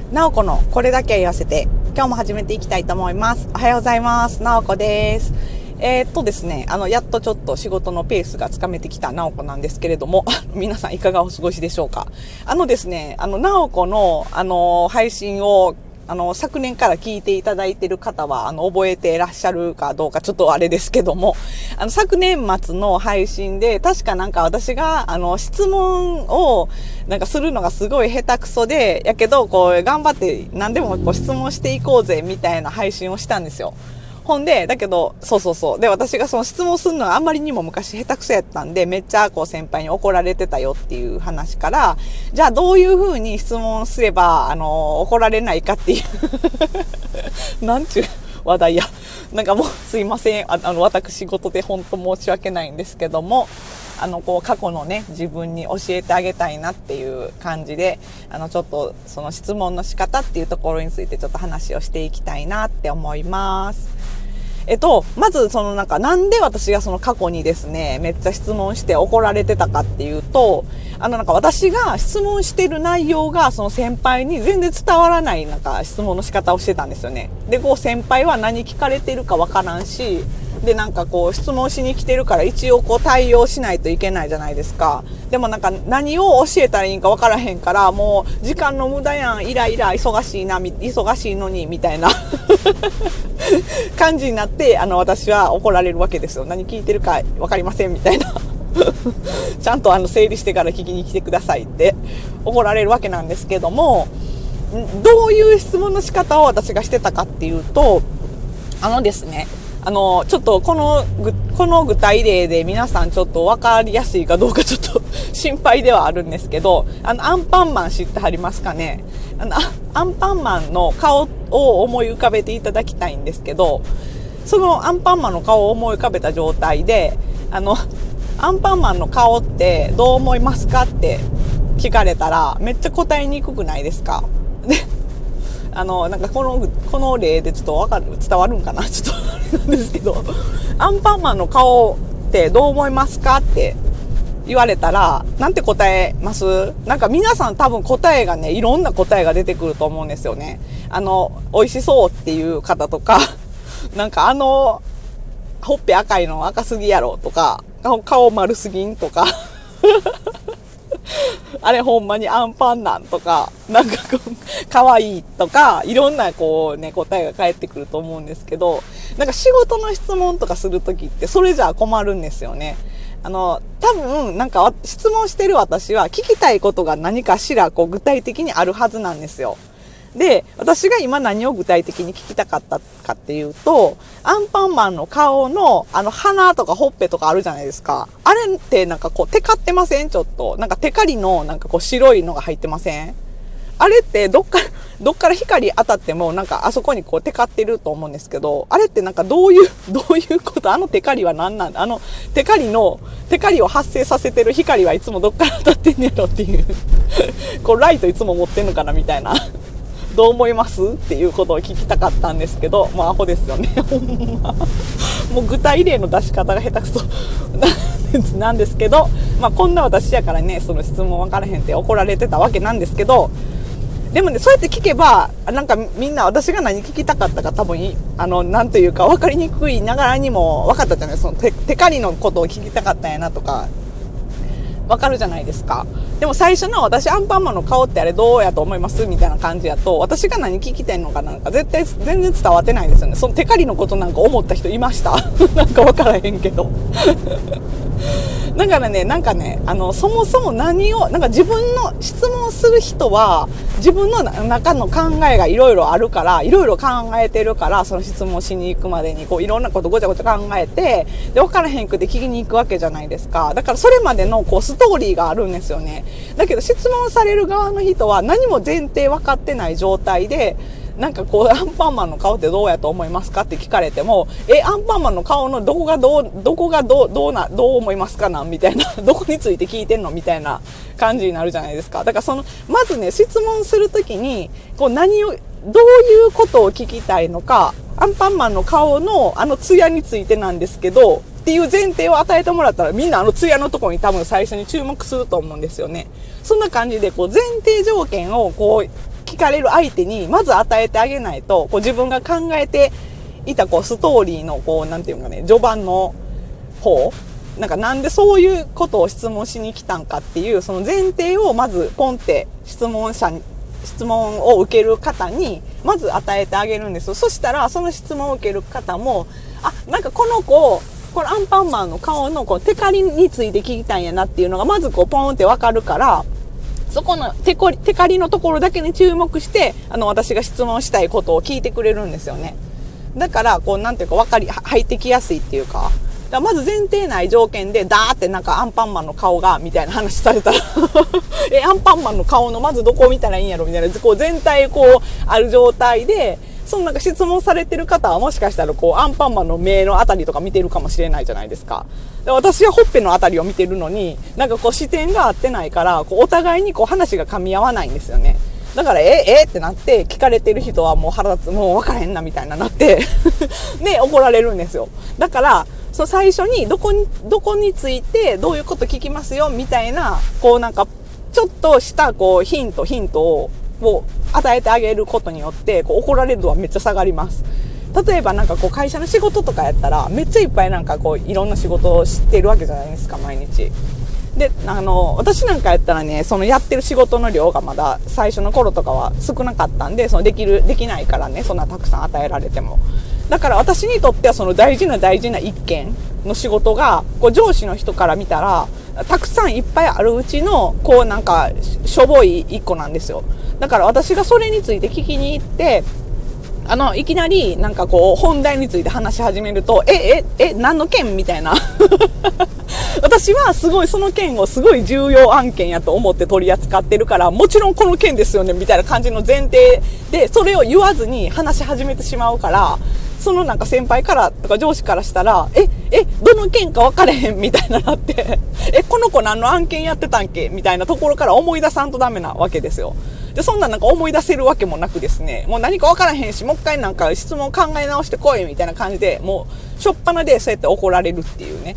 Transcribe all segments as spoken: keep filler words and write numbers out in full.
なおこのこれだけ言わせて、今日も始めていきたいと思います。おはようございます。なおこです。えー、っとですね、あの、やっとちょっと仕事のペースがつかめてきたなおこなんですけれども、皆さんいかがお過ごしでしょうか。あのですね、あの、なおこの、あの、配信を、あの、昨年から聞いていただいている方は、あの、覚えていらっしゃるかどうかちょっとあれですけども、あの、昨年末の配信で、確かなんか私が、あの、質問を、なんかするのがすごい下手くそで、やけど、こう、頑張って何でもこう質問していこうぜ、みたいな配信をしたんですよ。ほんで、だけど、そうそうそう。で、私がその質問するのがあんまりにも昔下手くそやったんで、めっちゃこう先輩に怒られてたよっていう話から、じゃあどういう風に質問すれば、あの、怒られないかっていう、なんちゅう話題や。なんかもうすいません。あ, あの、私事で本当申し訳ないんですけども、あの、こう、過去のね、自分に教えてあげたいなっていう感じで、あの、ちょっと、その質問の仕方っていうところについてちょっと話をしていきたいなって思います。えっと、まず、そのなんか、なんで私がその過去にですね、めっちゃ質問して怒られてたかっていうと、あのなんか私が質問してる内容が、その先輩に全然伝わらないなんか質問の仕方をしてたんですよね。で、こう先輩は何聞かれてるかわからんし、で、なんかこう質問しに来てるから一応こう対応しないといけないじゃないですか。でもなんか何を教えたらいいんかわからへんから、もう時間の無駄やん、イライラ、忙しいな、忙しいのに、みたいな感じになって、あの私は怒られるわけですよ。何聞いてるかわかりません、みたいな。ちゃんとあの整理してから聞きに来てくださいって怒られるわけなんですけども、どういう質問の仕方を私がしてたかっていうと、あのですね、あの、ちょっとこの、この具体例で皆さんちょっと分かりやすいかどうかちょっと心配ではあるんですけど、あの、アンパンマン知ってはりますかね。あの、アンパンマンの顔を思い浮かべていただきたいんですけど、そのアンパンマンの顔を思い浮かべた状態で、あの、アンパンマンの顔ってどう思いますかって聞かれたらめっちゃ答えにくくないですか。で、あの、なんかこの、この例でちょっとわかる、伝わるんかなちょっとあれなんですけど、アンパンマンの顔ってどう思いますかって言われたら、なんて答えます？なんか皆さん多分答えがね、いろんな答えが出てくると思うんですよね。あの、美味しそうっていう方とか、なんかあの、ほっぺ赤いの赤すぎやろとか、顔丸すぎんとか、あれほんまにアンパンなんとか、なんかこう、かわいいとか、いろんなこうね、答えが返ってくると思うんですけど、なんか仕事の質問とかするときってそれじゃ困るんですよね。あの、多分、なんか質問してる私は聞きたいことが何かしらこう具体的にあるはずなんですよ。で、私が今何を具体的に聞きたかったかっていうと、アンパンマンの顔のあの鼻とかほっぺとかあるじゃないですか。あれってなんかこうテカってません？ちょっと。なんかテカリのなんかこう白いのが入ってません？あれってどっから、どっから光当たってもなんかあそこにこうテカってると思うんですけど、あれってなんかどういう、どういうこと？あのテカリは何なんだ？あのテカリの、テカリを発生させてる光はいつもどっから当たってんねやろっていう。こうライトいつも持ってんのかなみたいな。どう思いますっていうことを聞きたかったんですけど、もうアホですよね。ほんま。もう具体例の出し方が下手くそなんですけど、まあこんな私やからね、その質問分からへんって怒られてたわけなんですけど、でもね、そうやって聞けば、なんかみんな私が何聞きたかったか多分、あの、なんというか分かりにくいながらにも分かったじゃないですか。そのテ、テカリのことを聞きたかったんやなとか、わかるじゃないですか。でも最初の私アンパンマンの顔ってあれどうやと思いますみたいな感じやと、私が何聞きたいのかなんか絶対全然伝わってないですよね。そのテカリのことなんか思った人いましたなんかわからへんけどだからね、なんかね、あの、そもそも何を、なんか自分の質問する人は、自分の中の考えがいろいろあるから、いろいろ考えてるから、その質問しに行くまでに、こう、いろんなことごちゃごちゃ考えて、で、分からへんくて聞きに行くわけじゃないですか。だからそれまでの、こう、ストーリーがあるんですよね。だけど、質問される側の人は、何も前提分かってない状態で、なんかこう、アンパンマンの顔ってどうやと思いますかって聞かれても、え、アンパンマンの顔のどこがどう、どこがどう、どうな、どう思いますかなみたいな、どこについて聞いてんのみたいな感じになるじゃないですか。だからその、まずね、質問するときに、こう何を、どういうことを聞きたいのか、アンパンマンの顔のあのツヤについてなんですけど、っていう前提を与えてもらったら、みんなあのツヤのところに多分最初に注目すると思うんですよね。そんな感じで、こう、前提条件をこう、聞かれる相手にまず与えてあげないと、こう自分が考えていたこうストーリーのこうなんていうかね、序盤の方、なんかなんでそういうことを質問しに来たんかっていうその前提をまずポンって質問者に質問を受ける方にまず与えてあげるんですよ。そしたらその質問を受ける方も、あ、なんかこの子このアンパンマンの顔のこうテカリについて聞きたいんやなっていうのがまずこうポンってわかるから、そこのテコリ、テカリのところだけに注目して、あの、私が質問したいことを聞いてくれるんですよね。だから、こう、なんていうか、わかり、入ってきやすいっていうか、だからまず前提ない条件で、ダーってなんかアンパンマンの顔が、みたいな話されたら、え、アンパンマンの顔のまずどこを見たらいいんやろみたいな、こう、全体こう、ある状態で、そのなんか質問されてる方はもしかしたらこうアンパンマンの目のあたりとか見てるかもしれないじゃないですか。で、私はほっぺのあたりを見てるのに、なんかこう視点が合ってないから、こうお互いにこう話が噛み合わないんですよね。だから、え、えってなって、聞かれてる人はもう腹立つ、もう分からへんなみたいななって、で、怒られるんですよ。だから、そう最初にどこに、どこについてどういうこと聞きますよみたいな、こうなんか、ちょっとしたこうヒント、ヒントを、を与えてあげることによってこう怒られる度はめっちゃ下がります。例えばなんかこう会社の仕事とかやったらめっちゃいっぱいなんかこういろんな仕事を知ってるわけじゃないですか、毎日。で、あの私なんかやったらね、そのやってる仕事の量がまだ最初の頃とかは少なかったんで、そのできるできないからね、そんなたくさん与えられても。だから私にとってはその大事な大事な一件の仕事がこう上司の人から見たらたくさんいっぱいあるうちのこうなんかしょぼい一個なんですよ。だから私がそれについて聞きに行って、あのいきなりなんかこう本題について話し始めると、えええ何の件みたいな私はすごいその件をすごい重要案件やと思って取り扱ってるから、もちろんこの件ですよねみたいな感じの前提でそれを言わずに話し始めてしまうから、そのなんか先輩からとか上司からしたら、え、え、どの件か分かれへんみたいななって、え、この子何の案件やってたんけみたいなところから思い出さんとダメなわけですよ。で、そんななんか思い出せるわけもなくですね、もう何か分からへんし、もう一回なんか質問考え直してこいみたいな感じで、もう、しょっぱなでそうやって怒られるっていうね。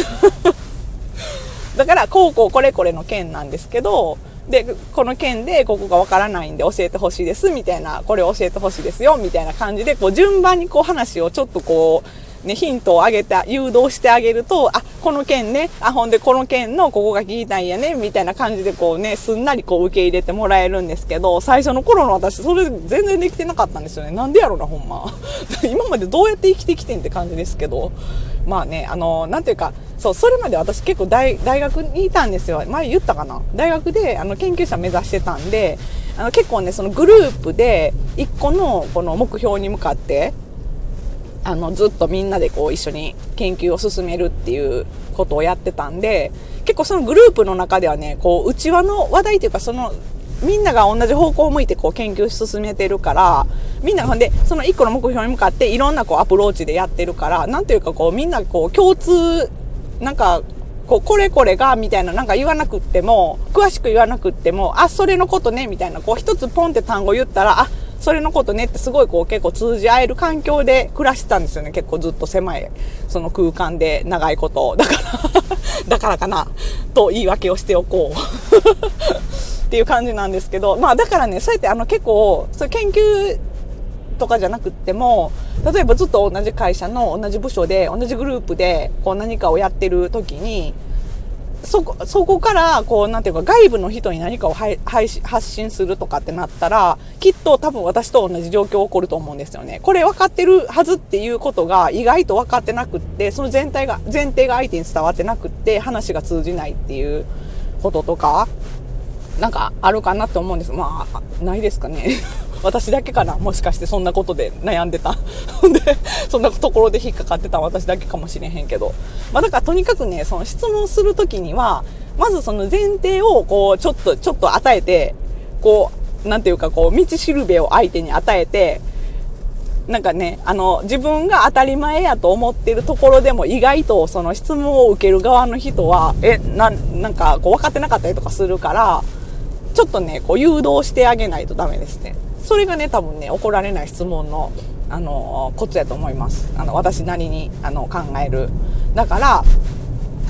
だから、こうこうこれこれの件なんですけど、で、この件でここがわからないんで教えてほしいですみたいな、これを教えてほしいですよみたいな感じで、こう順番にこう話をちょっとこう、ね、ヒントをあげて、誘導してあげると、あ、この件ね、あ、ほんでこの件のここが聞きたいんやね、みたいな感じでこうね、すんなりこう受け入れてもらえるんですけど、最初の頃の私、それ全然できてなかったんですよね。なんでやろな、ほんま。今までどうやって生きてきてんって感じですけど、まあね、あの、なんていうか、そう、それまで私結構大、大学にいたんですよ。前言ったかな？大学であの研究者目指してたんで、あの結構ね、そのグループで一個のこの目標に向かって、あの、ずっとみんなでこう一緒に研究を進めるっていうことをやってたんで、結構そのグループの中ではね、こう、内輪の話題というか、その、みんなが同じ方向を向いてこう研究進めてるから、みんなほんで、その一個の目標に向かっていろんなこうアプローチでやってるから、なんていうかこう、みんなこう共通、なんか、こう、これこれが、みたいな、なんか言わなくっても、詳しく言わなくっても、あ、それのことね、みたいな、こう一つポンって単語言ったら、あ、それのことねってすごいこう結構通じ合える環境で暮らしてたんですよね。結構ずっと狭い、その空間で長いこと。だからだからかな、と言い訳をしておこう。っていう感じなんですけど、まあだからね、そうやってあの結構、そう研究とかじゃなくっても、例えばずっと同じ会社の同じ部署で、同じグループでこう何かをやってる時に、そこ、そこから、こう、なんていうか、外部の人に何かを配発信するとかってなったら、きっと多分私と同じ状況起こると思うんですよね。これ分かってるはずっていうことが意外と分かってなくって、その全体が、前提が相手に伝わってなくって、話が通じないっていうこととか、なんかあるかなって思うんです。まあ、ないですかね。私だけかな、もしかしてそんなことで悩んでた。で、そんなところで引っかかってた私だけかもしれへんけど。まあだからとにかくね、その質問するときには、まずその前提をこう、ちょっと、ちょっと与えて、こう、なんていうかこう、道しるべを相手に与えて、なんかね、あの、自分が当たり前やと思ってるところでも意外とその質問を受ける側の人は、え、な、なんかこう分かってなかったりとかするから、ちょっとね、こう誘導してあげないとダメですね。それがね、多分ね、怒られない質問の、あの、コツやと思います。あの、私なりに、あの、考える。だから、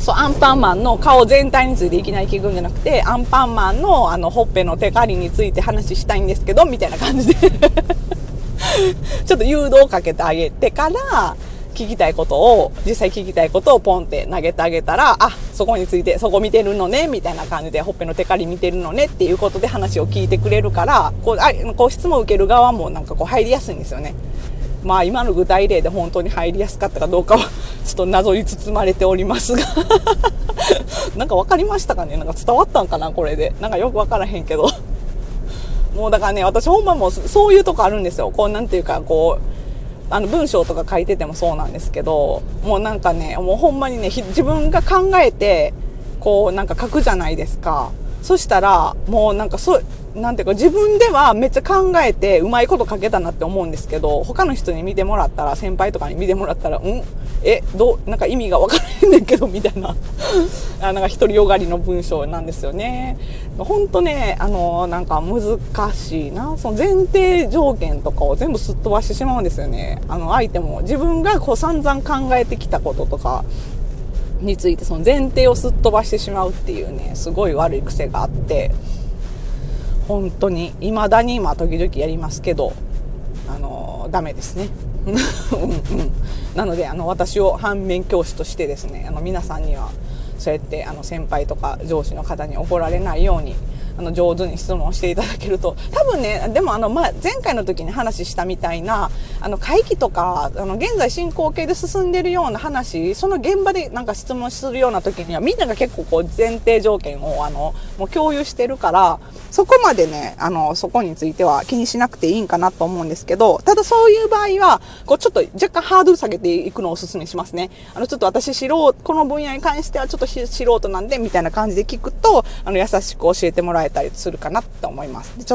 そう、アンパンマンの顔全体についていきなり聞くんじゃなくて、アンパンマンのあの、ほっぺのテカリについて話したいんですけど、みたいな感じで。ちょっと誘導をかけてあげてから、聞きたいことを、実際聞きたいことをポンって投げてあげたら、あ、そこについて、そこ見てるのね、みたいな感じで、ほっぺのテカリ見てるのねっていうことで話を聞いてくれるから、こう、あこう質問を受ける側もなんかこう入りやすいんですよね。まあ今の具体例で本当に入りやすかったかどうかは、ちょっと謎に包まれておりますが。なんかわかりましたかね？なんか伝わったんかなこれで。なんかよくわからへんけど。もうだからね、私ほんまもうそういうとこあるんですよ。こうなんていうか、こう、あの文章とか書いててもそうなんですけど、もうなんかね、もうほんまにね、自分が考えて、こうなんか書くじゃないですか。そしたら、もうなんかそう、なんていうか自分ではめっちゃ考えてうまいこと書けたなって思うんですけど、他の人に見てもらったら、先輩とかに見てもらったら、うんえ、どう、なんか意味がわからへんねんけど、みたいな、あなんか独りよがりの文章なんですよね。ほんとね、あの、なんか難しいな。その前提条件とかを全部すっ飛ばしてしまうんですよね。あの、相手も自分がこう散々考えてきたこととか、についてその前提をすっ飛ばしてしまうっていうね、すごい悪い癖があって、本当に未だに今時々やりますけど、あのダメですね。うんうん、なのであの私を反面教師としてですね、あの皆さんにはそうやってあの先輩とか上司の方に怒られないようにあの上手に質問していただけると、多分ね、でもあの、まあ、前回の時に話したみたいなあの会議とかあの現在進行形で進んでるような話、その現場でなんか質問するような時にはみんなが結構こう前提条件をあのもう共有してるから、そこまでね、あのそこについては気にしなくていいんかなと思うんですけど、ただそういう場合はこうちょっと若干ハードル下げていくのをお勧めしますね。あのちょっと私素人、この分野に関してはちょっと素人なんでみたいな感じで聞くと、あの優しく教えてもらえたりするかなと思います。でちょ